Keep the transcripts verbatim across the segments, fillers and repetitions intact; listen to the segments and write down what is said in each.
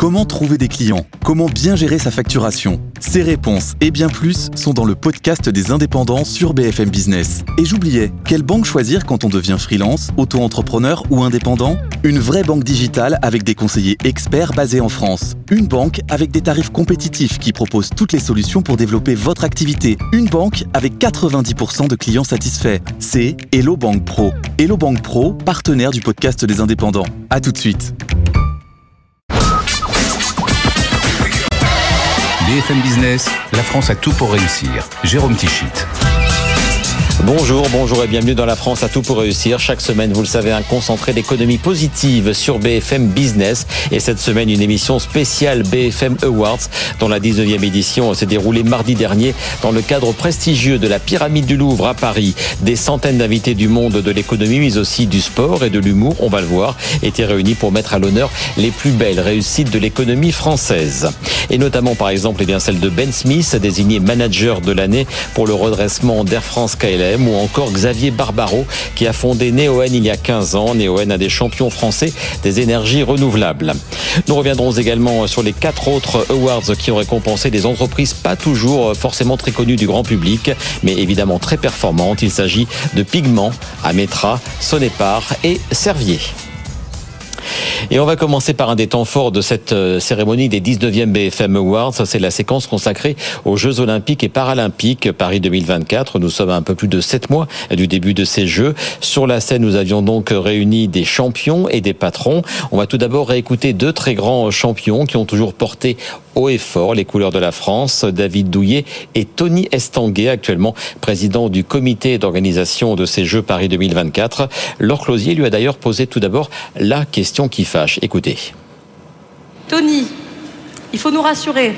Comment trouver des clients? Comment bien gérer sa facturation? Ces réponses et bien plus sont dans le podcast des indépendants sur B F M Business. Et j'oubliais, quelle banque choisir quand on devient freelance, auto-entrepreneur ou indépendant? Une vraie banque digitale avec des conseillers experts basés en France. Une banque avec des tarifs compétitifs qui propose toutes les solutions pour développer votre activité. Une banque avec quatre-vingt-dix pour cent de clients satisfaits. C'est Hello Bank Pro. Hello Bank Pro, partenaire du podcast des indépendants. À tout de suite. B F M Business, la France a tout pour réussir. Jérôme Tichit. Bonjour, bonjour et bienvenue dans La France a tout pour réussir. Chaque semaine, vous le savez, un concentré d'économie positive sur B F M Business. Et cette semaine, une émission spéciale B F M Awards, dont la dix-neuvième édition s'est déroulée mardi dernier dans le cadre prestigieux de la Pyramide du Louvre à Paris. Des centaines d'invités du monde de l'économie, mais aussi du sport et de l'humour, on va le voir, étaient réunis pour mettre à l'honneur les plus belles réussites de l'économie française. Et notamment, par exemple, eh bien, celle de Ben Smith, désigné manager de l'année pour le redressement d'Air France K L M. Ou encore Xavier Barbaro qui a fondé Neoen il y a quinze ans. Neoen, un des champions français des énergies renouvelables. Nous reviendrons également sur les quatre autres awards qui ont récompensé des entreprises pas toujours forcément très connues du grand public, mais évidemment très performantes. Il s'agit de Pigment, Ametra, Sonepar et Servier. Et on va commencer par un des temps forts de cette cérémonie des dix-neuvième B F M Awards. C'est la séquence consacrée aux Jeux Olympiques et Paralympiques Paris deux mille vingt-quatre. Nous sommes à un peu plus de sept mois du début de ces Jeux. Sur la scène, nous avions donc réuni des champions et des patrons. On va tout d'abord réécouter deux très grands champions qui ont toujours porté haut et fort les couleurs de la France, David Douillet et Tony Estanguet, actuellement président du comité d'organisation de ces Jeux Paris deux mille vingt-quatre. Laure Closier lui a d'ailleurs posé tout d'abord la question qui fâche. Écoutez. Tony, il faut nous rassurer.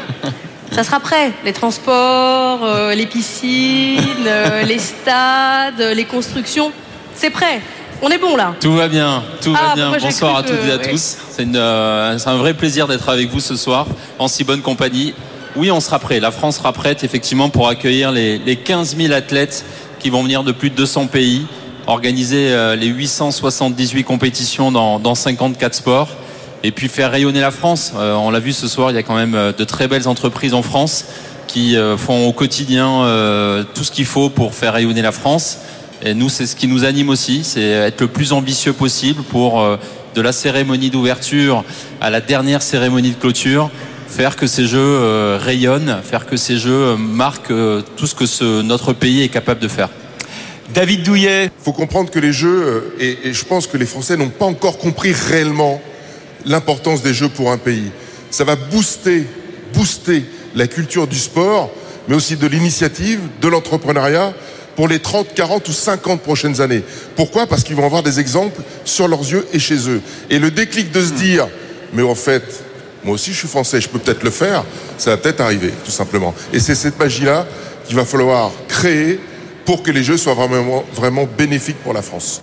Ça sera prêt, les transports, euh, les piscines, euh, les stades, les constructions, c'est prêt. On est bon là. Tout va bien, tout ah, va bien. Bah Bonsoir à toutes que... et à oui. tous. C'est, une, euh, c'est un vrai plaisir d'être avec vous ce soir, en si bonne compagnie. Oui, on sera prêt. La France sera prête effectivement pour accueillir les, les quinze mille athlètes qui vont venir de plus de deux cents pays, organiser euh, les huit cent soixante-dix-huit compétitions dans, dans cinquante-quatre sports et puis faire rayonner la France. Euh, on l'a vu ce soir, il y a quand même de très belles entreprises en France qui euh, font au quotidien euh, tout ce qu'il faut pour faire rayonner la France. Et nous, c'est ce qui nous anime aussi, c'est être le plus ambitieux possible pour, euh, de la cérémonie d'ouverture à la dernière cérémonie de clôture, faire que ces Jeux euh, rayonnent, faire que ces Jeux euh, marquent euh, tout ce que ce, notre pays est capable de faire. David Douillet. Il faut comprendre que les Jeux, et, et je pense que les Français n'ont pas encore compris réellement l'importance des Jeux pour un pays. Ça va booster, booster la culture du sport, mais aussi de l'initiative, de l'entrepreneuriat, pour les trente, quarante ou cinquante prochaines années. Pourquoi ? Parce qu'ils vont avoir des exemples sur leurs yeux et chez eux. Et le déclic de se dire, mais en fait, moi aussi je suis français, je peux peut-être le faire, ça va peut-être arriver, tout simplement. Et c'est cette magie-là qu'il va falloir créer pour que les Jeux soient vraiment, vraiment bénéfiques pour la France.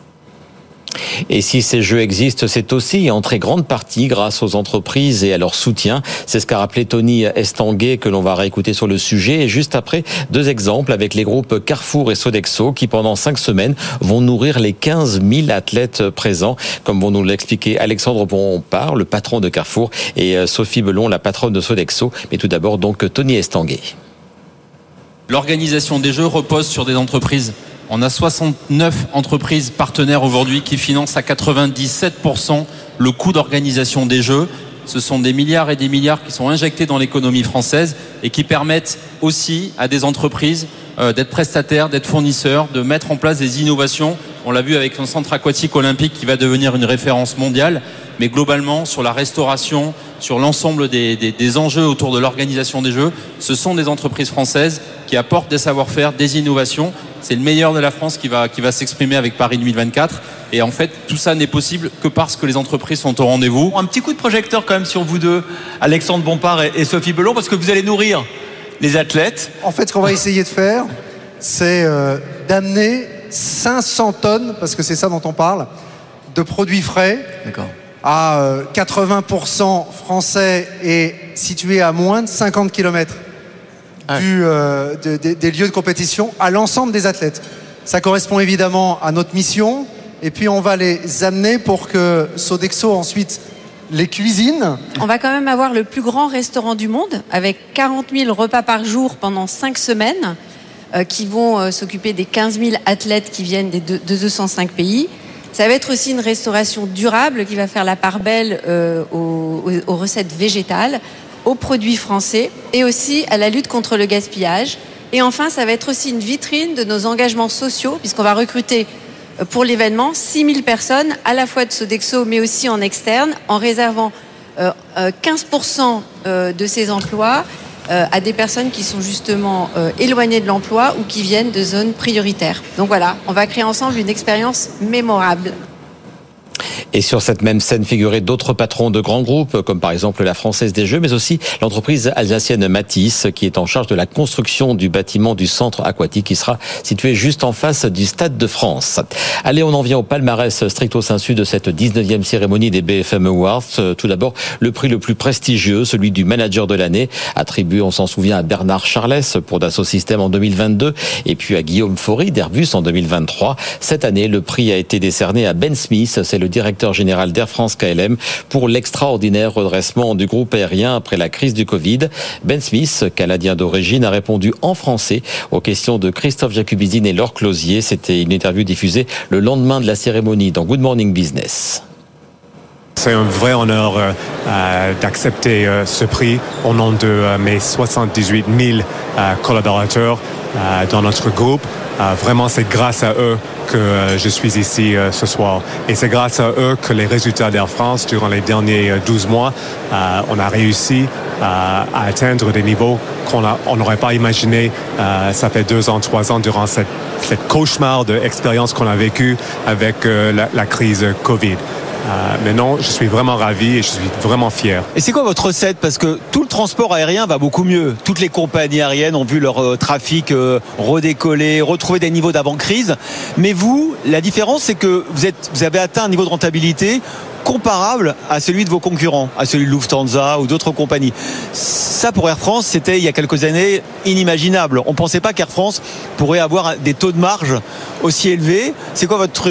Et si ces Jeux existent, c'est aussi en très grande partie grâce aux entreprises et à leur soutien. C'est ce qu'a rappelé Tony Estanguet, que l'on va réécouter sur le sujet. Et juste après, deux exemples avec les groupes Carrefour et Sodexo qui, pendant cinq semaines, vont nourrir les quinze mille athlètes présents, comme vont nous l'expliquer Alexandre Bompard, le patron de Carrefour, et Sophie Belon, la patronne de Sodexo. Mais tout d'abord, donc, Tony Estanguet. L'organisation des Jeux repose sur des entreprises. On a soixante-neuf entreprises partenaires aujourd'hui qui financent à quatre-vingt-dix-sept pour cent le coût d'organisation des Jeux. Ce sont des milliards et des milliards qui sont injectés dans l'économie française et qui permettent aussi à des entreprises euh, d'être prestataires, d'être fournisseurs, de mettre en place des innovations. On l'a vu avec un centre aquatique olympique qui va devenir une référence mondiale, mais globalement sur la restauration, sur l'ensemble des, des, des enjeux autour de l'organisation des Jeux, ce sont des entreprises françaises qui apportent des savoir-faire, des innovations. C'est le meilleur de la France qui va, qui va s'exprimer avec Paris deux mille vingt-quatre. Et en fait, tout ça n'est possible que parce que les entreprises sont au rendez-vous. Un petit coup de projecteur quand même sur vous deux, Alexandre Bompard et, et Sophie Belon, parce que vous allez nourrir les athlètes. En fait, ce qu'on va essayer de faire, c'est euh, d'amener cinq cents tonnes, parce que c'est ça dont on parle, de produits frais. D'accord. À euh, quatre-vingts pour cent français et situés à moins de cinquante kilomètres ah. du, euh, de, de, des lieux de compétition à l'ensemble des athlètes. Ça correspond évidemment à notre mission et puis on va les amener pour que Sodexo ensuite les cuisines. On va quand même avoir le plus grand restaurant du monde avec quarante mille repas par jour pendant cinq semaines euh, qui vont euh, s'occuper des quinze mille athlètes qui viennent des deux, de deux cent cinq pays. Ça va être aussi une restauration durable qui va faire la part belle euh, aux, aux recettes végétales, aux produits français et aussi à la lutte contre le gaspillage. Et enfin, ça va être aussi une vitrine de nos engagements sociaux puisqu'on va recruter pour l'événement six mille personnes à la fois de Sodexo mais aussi en externe en réservant euh, quinze pour cent de ces emplois euh, à des personnes qui sont justement euh, éloignées de l'emploi ou qui viennent de zones prioritaires. Donc voilà, on va créer ensemble une expérience mémorable. Et sur cette même scène figuraient d'autres patrons de grands groupes, comme par exemple la Française des Jeux, mais aussi l'entreprise alsacienne Matisse, qui est en charge de la construction du bâtiment du centre aquatique, qui sera situé juste en face du Stade de France. Allez, on en vient au palmarès stricto sensu de cette dix-neuvième cérémonie des B F M Awards. Tout d'abord, le prix le plus prestigieux, celui du manager de l'année, attribué, on s'en souvient, à Bernard Charles pour Dassault Systèmes en deux mille vingt-deux, et puis à Guillaume Faury d'Airbus en deux mille vingt-trois. Cette année, le prix a été décerné à Ben Smith, c'est le directeur général d'Air France K L M, pour l'extraordinaire redressement du groupe aérien après la crise du Covid. Ben Smith, canadien d'origine, a répondu en français aux questions de Christophe Jacubizine et Laure Closier. C'était une interview diffusée le lendemain de la cérémonie dans Good Morning Business. C'est un vrai honneur euh, d'accepter euh, ce prix au nom de euh, mes soixante-dix-huit mille euh, collaborateurs euh, dans notre groupe. Euh, vraiment, c'est grâce à eux que euh, je suis ici euh, ce soir. Et c'est grâce à eux que les résultats d'Air France, durant les derniers euh, douze mois, euh, on a réussi euh, à atteindre des niveaux qu'on n'aurait pas imaginé. Euh, ça fait deux ans, trois ans durant cette, cette cauchemar d'expérience qu'on a vécue avec euh, la, la crise Covid. Euh, mais non, je suis vraiment ravi et je suis vraiment fier. Et c'est quoi votre recette? Parce que tout le transport aérien va beaucoup mieux. Toutes les compagnies aériennes ont vu leur euh, trafic euh, redécoller, retrouver des niveaux d'avant-crise. Mais vous, la différence, c'est que vous, êtes, vous avez atteint un niveau de rentabilité comparable à celui de vos concurrents, à celui de Lufthansa ou d'autres compagnies. Ça, pour Air France, c'était il y a quelques années inimaginable. On ne pensait pas qu'Air France pourrait avoir des taux de marge aussi élevés. C'est quoi votre truc ?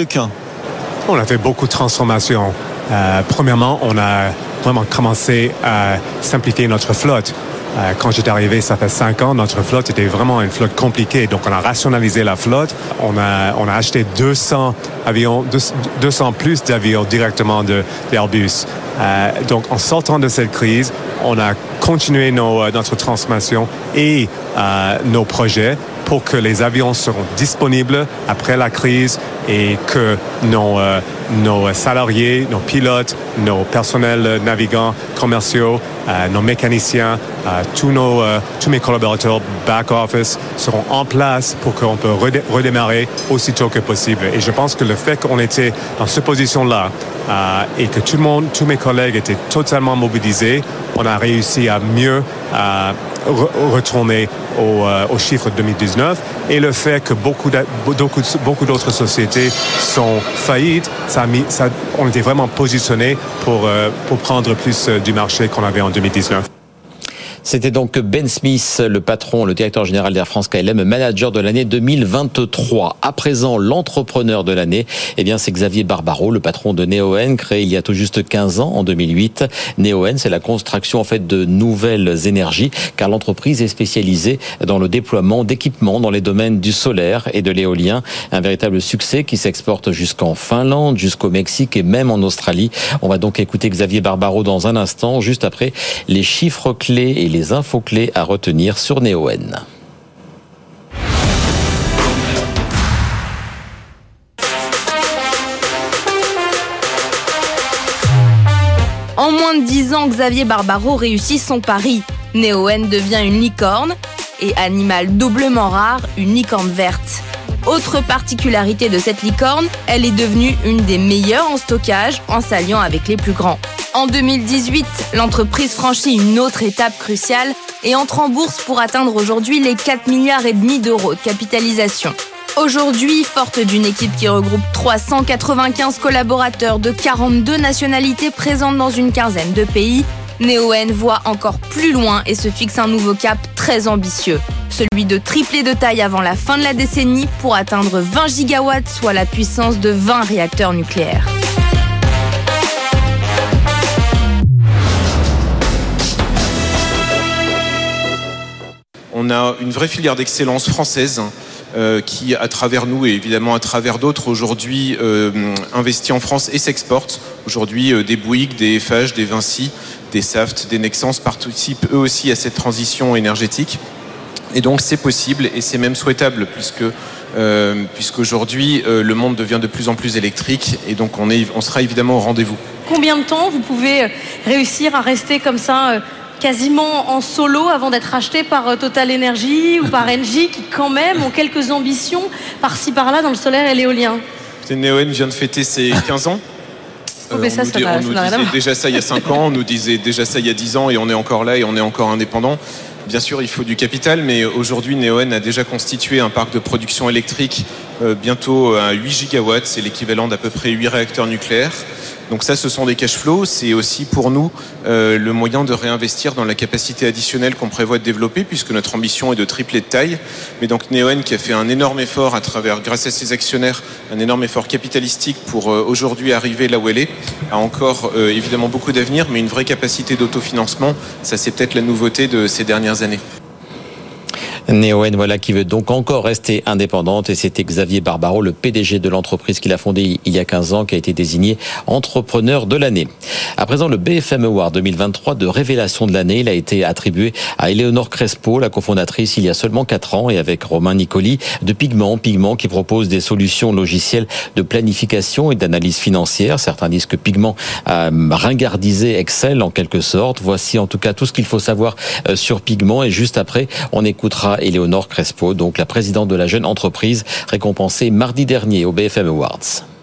On a fait beaucoup de transformations. Euh, premièrement, on a vraiment commencé à simplifier notre flotte. Euh, quand j'étais arrivé, ça fait cinq ans, notre flotte était vraiment une flotte compliquée. Donc, on a rationalisé la flotte. On a, on a acheté deux cents avions, deux cents plus d'avions directement de, d'Airbus. Euh, donc, en sortant de cette crise, on a continué nos, notre transformation et euh, nos projets pour que les avions seront disponibles après la crise et que nos, euh, nos salariés, nos pilotes, nos personnels navigants commerciaux, euh, nos mécaniciens, euh, tous, nos, euh, tous mes collaborateurs back-office seront en place pour qu'on peut redé- redémarrer aussitôt que possible. Et je pense que le fait qu'on était dans cette position-là euh, et que tout le monde, tous mes collègues étaient totalement mobilisés, on a réussi à mieux euh, re- retourner au, euh, au chiffre de deux mille dix-neuf. Et le fait que beaucoup, beaucoup, beaucoup d'autres sociétés sont faillites, ça a mis, ça, on était vraiment positionnés pour, euh, pour prendre plus euh, du marché qu'on avait en deux mille dix-neuf. C'était donc Ben Smith, le patron, le directeur général d'Air France K L M, manager de l'année deux mille vingt-trois. À présent, l'entrepreneur de l'année, eh bien, c'est Xavier Barbaro, le patron de Neoen, créé il y a tout juste quinze ans, en deux mille huit. Neoen, c'est la construction, en fait, de nouvelles énergies, car l'entreprise est spécialisée dans le déploiement d'équipements dans les domaines du solaire et de l'éolien. Un véritable succès qui s'exporte jusqu'en Finlande, jusqu'au Mexique et même en Australie. On va donc écouter Xavier Barbaro dans un instant, juste après les chiffres clés et les infos clés à retenir sur Neoen. En moins de dix ans, Xavier Barbaro réussit son pari. Neoen devient une licorne et animal doublement rare, une licorne verte. Autre particularité de cette licorne, elle est devenue une des meilleures en stockage en s'alliant avec les plus grands. En deux mille dix-huit, l'entreprise franchit une autre étape cruciale et entre en bourse pour atteindre aujourd'hui les quatre milliards et demi d'euros de capitalisation. Aujourd'hui, forte d'une équipe qui regroupe trois cent quatre-vingt-quinze collaborateurs de quarante-deux nationalités présentes dans une quinzaine de pays, Neoen voit encore plus loin et se fixe un nouveau cap très ambitieux, celui de tripler de taille avant la fin de la décennie pour atteindre vingt gigawatts, soit la puissance de vingt réacteurs nucléaires. On a une vraie filière d'excellence française euh, qui, à travers nous et évidemment à travers d'autres, aujourd'hui euh, investit en France et s'exporte. Aujourd'hui, euh, des Bouygues, des F H, des Vinci, des Saft, des Nexans participent eux aussi à cette transition énergétique. Et donc c'est possible et c'est même souhaitable puisque euh, puisqu'aujourd'hui euh, le monde devient de plus en plus électrique et donc on, est, on sera évidemment au rendez-vous. Combien de temps vous pouvez réussir à rester comme ça euh, quasiment en solo avant d'être racheté par euh, Total Energy ou par Engie qui quand même ont quelques ambitions par-ci par-là dans le solaire et l'éolien? Neoen vient de fêter ses quinze ans. Oh, mais ça, on nous, ça dit, n'a- on ça nous n'a rien à disait voir. déjà ça il y a cinq ans, on nous disait déjà ça il y a dix ans et on est encore là et on est encore indépendant. Bien sûr, il faut du capital, mais aujourd'hui, Neoen a déjà constitué un parc de production électrique euh, bientôt à huit gigawatts, c'est l'équivalent d'à peu près huit réacteurs nucléaires. Donc ça, ce sont des cash flows. C'est aussi pour nous euh, le moyen de réinvestir dans la capacité additionnelle qu'on prévoit de développer, puisque notre ambition est de tripler de taille. Mais donc Neoen qui a fait un énorme effort à travers, grâce à ses actionnaires, un énorme effort capitalistique pour euh, aujourd'hui arriver là où elle est, a encore euh, évidemment beaucoup d'avenir, mais une vraie capacité d'autofinancement. Ça, c'est peut-être la nouveauté de ces dernières années. Neoen, voilà, qui veut donc encore rester indépendante, et c'était Xavier Barbaro, le P D G de l'entreprise qu'il a fondée il y a quinze ans, qui a été désigné entrepreneur de l'année. À présent, le B F M Award deux mille vingt-trois de révélation de l'année, il a été attribué à Éléonore Crespo, la cofondatrice il y a seulement quatre ans, et avec Romain Nicoli de Pigment, Pigment qui propose des solutions logicielles de planification et d'analyse financière. Certains disent que Pigment a ringardisé Excel en quelque sorte. Voici en tout cas tout ce qu'il faut savoir sur Pigment, et juste après, on écoutera Éléonore Crespo, donc la présidente de la jeune entreprise, récompensée mardi dernier au B F M Awards.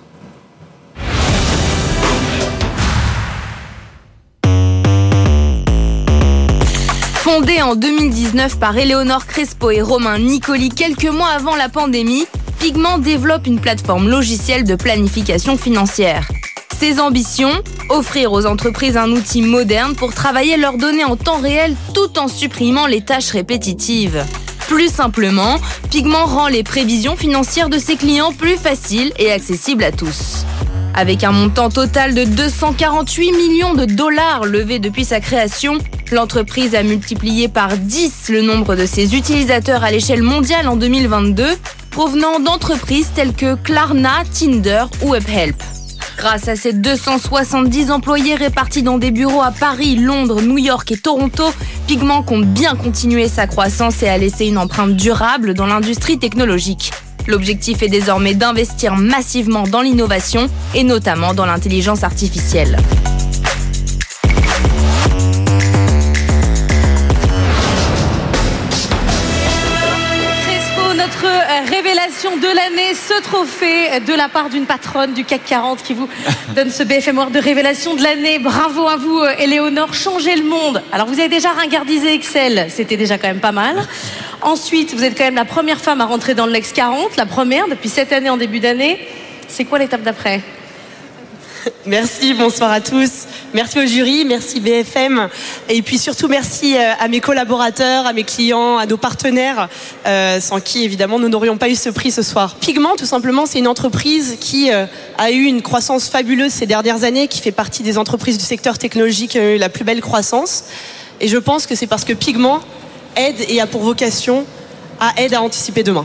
Fondée en deux mille dix-neuf par Éléonore Crespo et Romain Nicoli quelques mois avant la pandémie, Pigment développe une plateforme logicielle de planification financière. Ses ambitions ? Offrir aux entreprises un outil moderne pour travailler leurs données en temps réel tout en supprimant les tâches répétitives. Plus simplement, Pigment rend les prévisions financières de ses clients plus faciles et accessibles à tous. Avec un montant total de deux cent quarante-huit millions de dollars levés depuis sa création, l'entreprise a multiplié par dix le nombre de ses utilisateurs à l'échelle mondiale en deux mille vingt-deux, provenant d'entreprises telles que Klarna, Tinder ou Webhelp. Grâce à ses deux cent soixante-dix employés répartis dans des bureaux à Paris, Londres, New York et Toronto, Pigment compte bien continuer sa croissance et a laissé une empreinte durable dans l'industrie technologique. L'objectif est désormais d'investir massivement dans l'innovation et notamment dans l'intelligence artificielle. Notre révélation de l'année, ce trophée de la part d'une patronne du C A C quarante qui vous donne ce B F M Award de révélation de l'année. Bravo à vous, Éléonore, changez le monde. Alors vous avez déjà ringardisé Excel, c'était déjà quand même pas mal. Ensuite, vous êtes quand même la première femme à rentrer dans le Lex quarante, la première depuis cette année en début d'année. C'est quoi l'étape d'après ? Merci, bonsoir à tous. Merci au jury, merci B F M. Et puis surtout, merci à mes collaborateurs, à mes clients, à nos partenaires, euh, sans qui, évidemment, nous n'aurions pas eu ce prix ce soir. Pigment, tout simplement, c'est une entreprise qui euh, a eu une croissance fabuleuse ces dernières années, qui fait partie des entreprises du secteur technologique qui ont eu la plus belle croissance. Et je pense que c'est parce que Pigment aide et a pour vocation à aide à anticiper demain.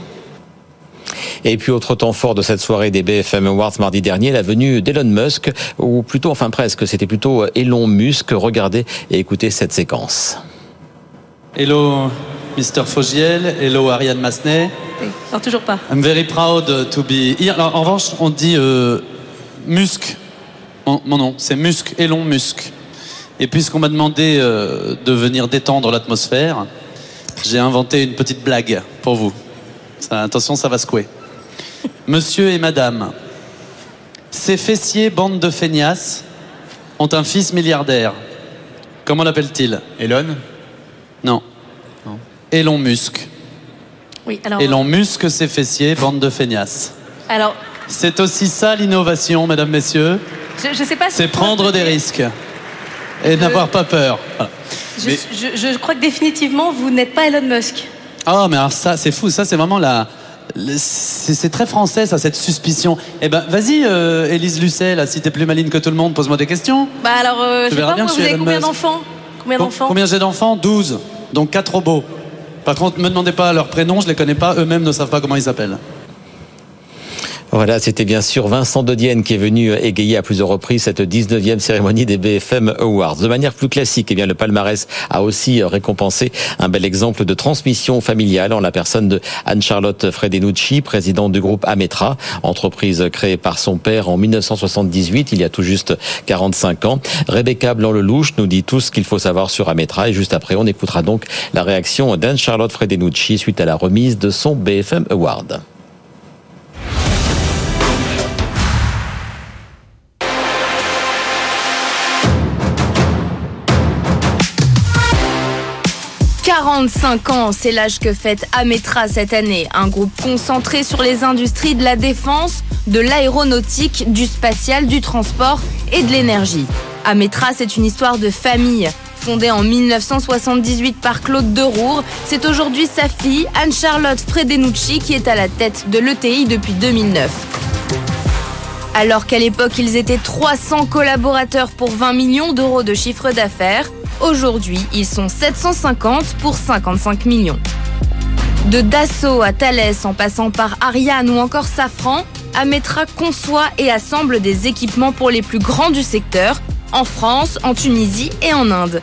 Et puis, autre temps fort de cette soirée des B F M Awards mardi dernier, la venue d'Elon Musk, ou plutôt, enfin presque, c'était plutôt Elon Musk. Regardez et écoutez cette séquence. Hello, Mister Fogiel. Hello, Ariane Massenet. Oui, non, toujours pas. I'm very proud to be here. Alors, en revanche, on dit euh, Musk. Mon, mon nom, c'est Musk, Elon Musk. Et puisqu'on m'a demandé euh, de venir détendre l'atmosphère, j'ai inventé une petite blague pour vous. Ça, attention, ça va secouer. Monsieur et madame, ces fessiers, bande de feignasses, ont un fils milliardaire. Comment l'appelle-t-il ? Elon ? Non. non. Elon Musk. Oui, alors... Elon Musk, ses fessiers, bande de feignasses. Alors... C'est aussi ça l'innovation, mesdames, messieurs. Je, je sais pas si C'est prendre des risques et je... n'avoir pas peur. Voilà. Je, Mais... je, je crois que définitivement, vous n'êtes pas Elon Musk. Ah, mais alors ça, c'est fou. Ça, c'est vraiment la... C'est très français, ça, cette suspicion. Eh ben, vas-y, euh, Élise Lucet, là, si t'es plus maligne que tout le monde, pose-moi des questions. Bah alors, euh, je sais pas, moi, vous avez combien d'enfants Combien d'enfants Combien j'ai d'enfants ? douze. Donc quatre robots. Par contre, ne me demandez pas leur prénom, je les connais pas, eux-mêmes ne savent pas comment ils s'appellent. Voilà, c'était bien sûr Vincent De Dienne qui est venu égayer à plusieurs reprises cette dix-neuvième cérémonie des B F M Awards. De manière plus classique, eh bien, le palmarès a aussi récompensé un bel exemple de transmission familiale en la personne de Anne-Charlotte Fredenucci, présidente du groupe Ametra, entreprise créée par son père en dix-neuf cent soixante-dix-huit, il y a tout juste quarante-cinq ans. Rebecca Blanc-Lelouch nous dit tout ce qu'il faut savoir sur Ametra et juste après, on écoutera donc la réaction d'Anne-Charlotte Fredenucci suite à la remise de son B F M Award. quarante-cinq ans, c'est l'âge que fête Ametra cette année. Un groupe concentré sur les industries de la défense, de l'aéronautique, du spatial, du transport et de l'énergie. Ametra, c'est une histoire de famille. Fondée en dix-neuf cent soixante-dix-huit par Claude Deroure, c'est aujourd'hui sa fille, Anne-Charlotte Fredenucci, qui est à la tête de l'E T I depuis deux mille neuf. Alors qu'à l'époque, ils étaient trois cents collaborateurs pour vingt millions d'euros de chiffre d'affaires, aujourd'hui, ils sont sept cent cinquante pour cinquante-cinq millions. De Dassault à Thales, en passant par Ariane ou encore Safran, Ametra conçoit et assemble des équipements pour les plus grands du secteur, en France, en Tunisie et en Inde.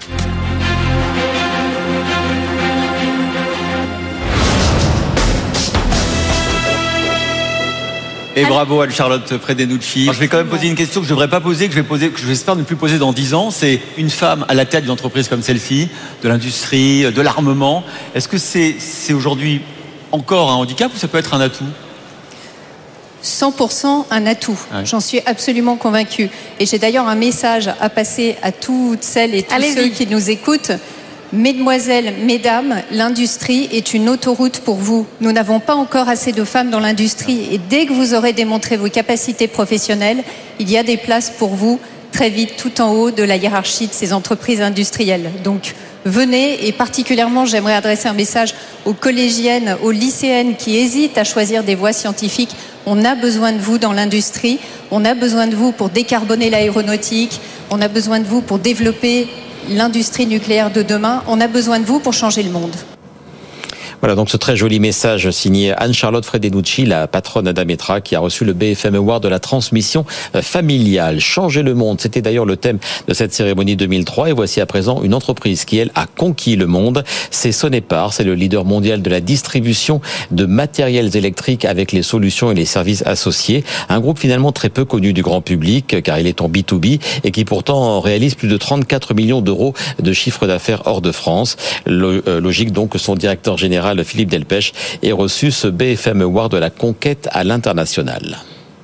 Et bravo à Charlotte Fredenucci. Alors, je vais quand même poser une question que je ne devrais pas poser, que je vais poser, que j'espère ne plus poser dans dix ans. C'est une femme à la tête d'une entreprise comme celle-ci, de l'industrie, de l'armement. Est-ce que c'est, c'est aujourd'hui encore un handicap ou ça peut être un atout ? cent pour cent un atout. Ouais. J'en suis absolument convaincue. Et j'ai d'ailleurs un message à passer à toutes celles et tous Allez-y. ceux qui nous écoutent. Mesdemoiselles, mesdames, l'industrie est une autoroute pour vous. Nous n'avons pas encore assez de femmes dans l'industrie et dès que vous aurez démontré vos capacités professionnelles, il y a des places pour vous très vite tout en haut de la hiérarchie de ces entreprises industrielles. Donc venez, et particulièrement j'aimerais adresser un message aux collégiennes, aux lycéennes qui hésitent à choisir des voies scientifiques. On a besoin de vous dans l'industrie, on a besoin de vous pour décarboner l'aéronautique, on a besoin de vous pour développer l'industrie nucléaire de demain. On a besoin de vous pour changer le monde. Voilà donc ce très joli message signé Anne-Charlotte Fredenucci, la patronne d'Ametra, qui a reçu le B F M Award de la transmission familiale. Changer le monde, c'était d'ailleurs le thème de cette cérémonie deux mille trois. Et voici à présent une entreprise qui, elle, a conquis le monde. C'est Sonepar, c'est le leader mondial de la distribution de matériels électriques avec les solutions et les services associés. Un groupe finalement très peu connu du grand public, car il est en B deux B et qui pourtant réalise plus de trente-quatre millions d'euros de chiffre d'affaires hors de France. Logique donc que son directeur général Philippe Delpech ait reçu ce B F M Award de la conquête à l'international.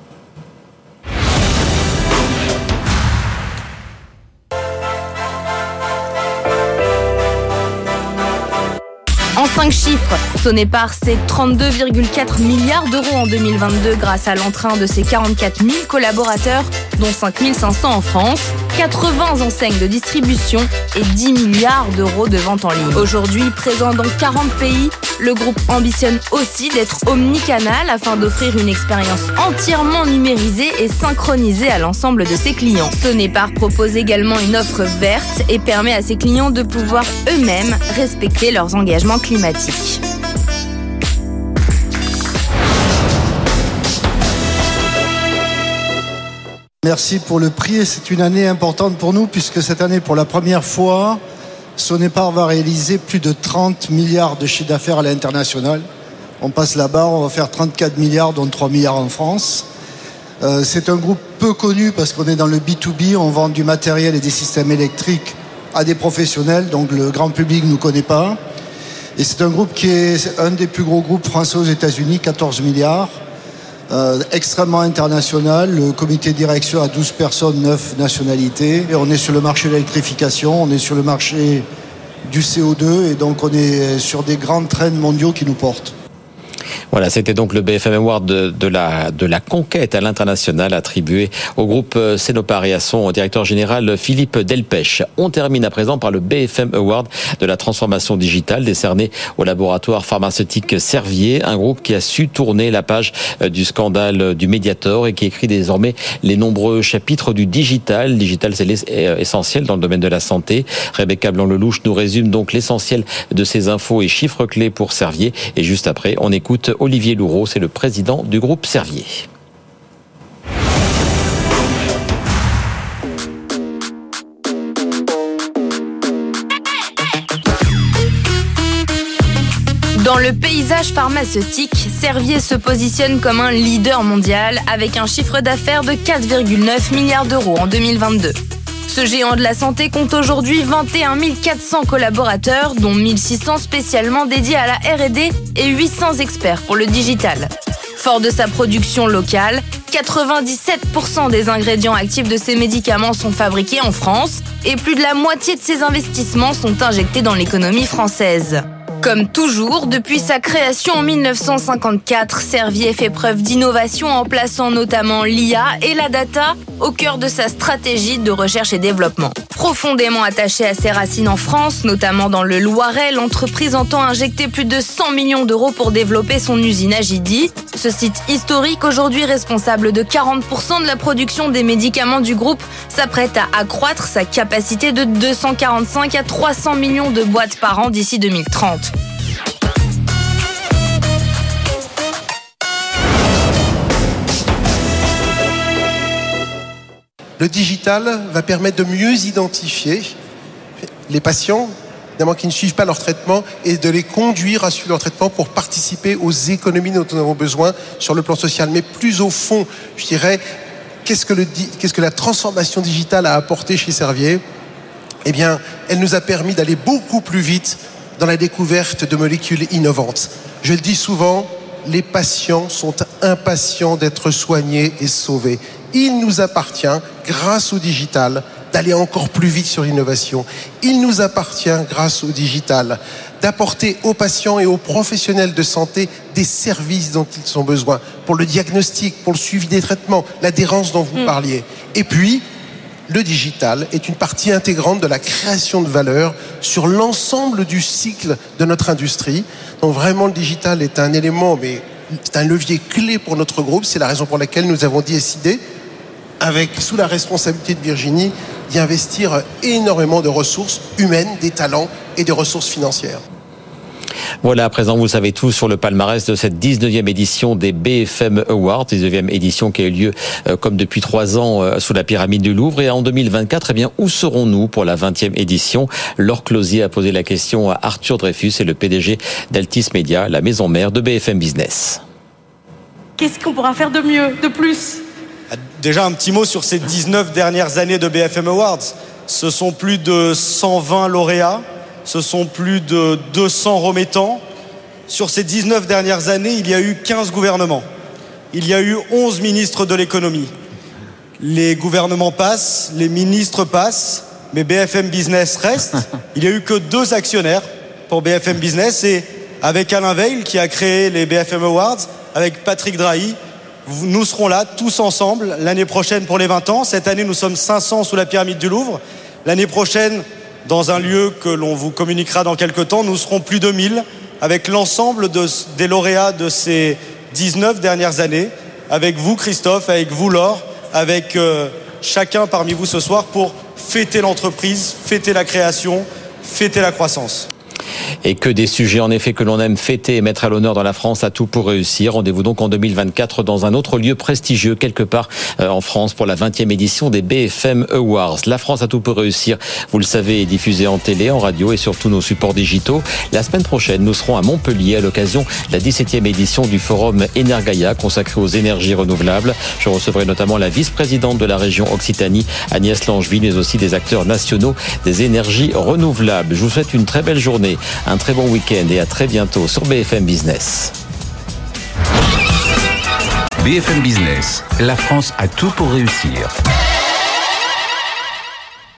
En cinq chiffres, Sonepar, c'est trente-deux virgule quatre milliards d'euros en deux mille vingt-deux grâce à l'entrain de ses quarante-quatre mille collaborateurs, dont cinq mille cinq cents en France, quatre-vingts enseignes de distribution et dix milliards d'euros de vente en ligne. Aujourd'hui, présent dans quarante pays, le groupe ambitionne aussi d'être omnicanal afin d'offrir une expérience entièrement numérisée et synchronisée à l'ensemble de ses clients. Sonepar propose également une offre verte et permet à ses clients de pouvoir eux-mêmes respecter leurs engagements climatiques. Merci pour le prix et c'est une année importante pour nous puisque cette année, pour la première fois, Sonepar va réaliser plus de trente milliards de chiffre d'affaires à l'international. On passe la barre, on va faire trente-quatre milliards, dont trois milliards en France. Euh, c'est un groupe peu connu parce qu'on est dans le B deux B, on vend du matériel et des systèmes électriques à des professionnels, donc le grand public ne nous connaît pas. Et c'est un groupe qui est un des plus gros groupes français aux États-Unis, quatorze milliards. Euh, extrêmement international, le comité de direction a douze personnes, neuf nationalités. Et on est sur le marché de l'électrification, on est sur le marché du C O deux et donc on est sur des grands trends mondiaux qui nous portent. Voilà, c'était donc le B F M Award de, de, la, de la conquête à l'international attribué au groupe Cénopar et à son directeur général Philippe Delpech. On termine à présent par le B F M Award de la transformation digitale décerné au laboratoire pharmaceutique Servier, un groupe qui a su tourner la page du scandale du Mediator et qui écrit désormais les nombreux chapitres du digital. Digital, c'est essentiel dans le domaine de la santé. Rebecca Blanc-Lelouch nous résume donc l'essentiel de ces infos et chiffres clés pour Servier. Et juste après, on écoute Olivier Loureau, c'est le président du groupe Servier. Dans le paysage pharmaceutique, Servier se positionne comme un leader mondial avec un chiffre d'affaires de quatre virgule neuf milliards d'euros en deux mille vingt-deux. Ce géant de la santé compte aujourd'hui vingt et un mille quatre cents collaborateurs, dont mille six cents spécialement dédiés à la R et D et huit cents experts pour le digital. Fort de sa production locale, quatre-vingt-dix-sept pour cent des ingrédients actifs de ses médicaments sont fabriqués en France et plus de la moitié de ses investissements sont injectés dans l'économie française. Comme toujours, depuis sa création en mille neuf cent cinquante-quatre, Servier fait preuve d'innovation en plaçant notamment l'I A et la data au cœur de sa stratégie de recherche et développement. Profondément attachée à ses racines en France, notamment dans le Loiret, l'entreprise entend injecter plus de cent millions d'euros pour développer son usine à Gidy. Ce site historique, aujourd'hui responsable de quarante pour cent de la production des médicaments du groupe, s'apprête à accroître sa capacité de deux cent quarante-cinq à trois cents millions de boîtes par an d'ici deux mille trente. Le digital va permettre de mieux identifier les patients, évidemment, qui ne suivent pas leur traitement et de les conduire à suivre leur traitement pour participer aux économies dont nous avons besoin sur le plan social. Mais plus au fond, je dirais, qu'est-ce que, le, qu'est-ce que la transformation digitale a apporté chez Servier ? Eh bien, elle nous a permis d'aller beaucoup plus vite dans la découverte de molécules innovantes. Je le dis souvent, les patients sont impatients d'être soignés et sauvés. Il nous appartient, grâce au digital, d'aller encore plus vite sur l'innovation. Il nous appartient, grâce au digital, d'apporter aux patients et aux professionnels de santé des services dont ils ont besoin pour le diagnostic, pour le suivi des traitements, l'adhérence dont vous mmh. parliez. Et puis, le digital est une partie intégrante de la création de valeur sur l'ensemble du cycle de notre industrie. Donc vraiment, le digital est un élément, mais c'est un levier clé pour notre groupe. C'est la raison pour laquelle nous avons décidé, avec sous la responsabilité de Virginie, d'y investir énormément de ressources humaines, des talents et des ressources financières. Voilà, à présent, vous savez tout sur le palmarès de cette dix-neuvième édition des B F M Awards, dix-neuvième édition qui a eu lieu euh, comme depuis trois ans euh, sous la pyramide du Louvre. Et en deux mille vingt-quatre, eh bien, où serons-nous pour la vingtième édition ? Laure Closier a posé la question à Arthur Dreyfus, et le P D G d'Altis Media, la maison mère de B F M Business. Qu'est-ce qu'on pourra faire de mieux, de plus ? Déjà, un petit mot sur ces dix-neuf dernières années de B F M Awards. Ce sont plus de cent vingt lauréats. Ce sont plus de deux cents remettants. Sur ces dix-neuf dernières années, il y a eu quinze gouvernements. Il y a eu onze ministres de l'économie. Les gouvernements passent, les ministres passent, mais B F M Business reste. Il n'y a eu que deux actionnaires pour B F M Business, et avec Alain Veil qui a créé les B F M Awards, avec Patrick Drahi, nous serons là tous ensemble l'année prochaine pour les vingt ans. Cette année, nous sommes cinq cents sous la pyramide du Louvre. L'année prochaine, dans un lieu que l'on vous communiquera dans quelques temps, nous serons plus de mille, avec l'ensemble de, des lauréats de ces dix-neuf dernières années, avec vous Christophe, avec vous Laure, avec euh, chacun parmi vous ce soir pour fêter l'entreprise, fêter la création, fêter la croissance. Et que des sujets en effet que l'on aime fêter et mettre à l'honneur dans la France, à tout pour réussir. Rendez-vous donc en deux mille vingt-quatre dans un autre lieu prestigieux quelque part en France pour la vingtième édition des B F M Awards. La France à tout pour réussir, vous le savez, est diffusée en télé, en radio et sur tous nos supports digitaux. La semaine prochaine, nous serons à Montpellier à l'occasion de la dix-septième édition du forum Energaia consacré aux énergies renouvelables. Je recevrai notamment la vice-présidente de la région Occitanie, Agnès Langeville, mais aussi des acteurs nationaux des énergies renouvelables. Je vous souhaite une très belle journée, un très bon week-end et à très bientôt sur B F M Business. B F M Business, la France a tout pour réussir.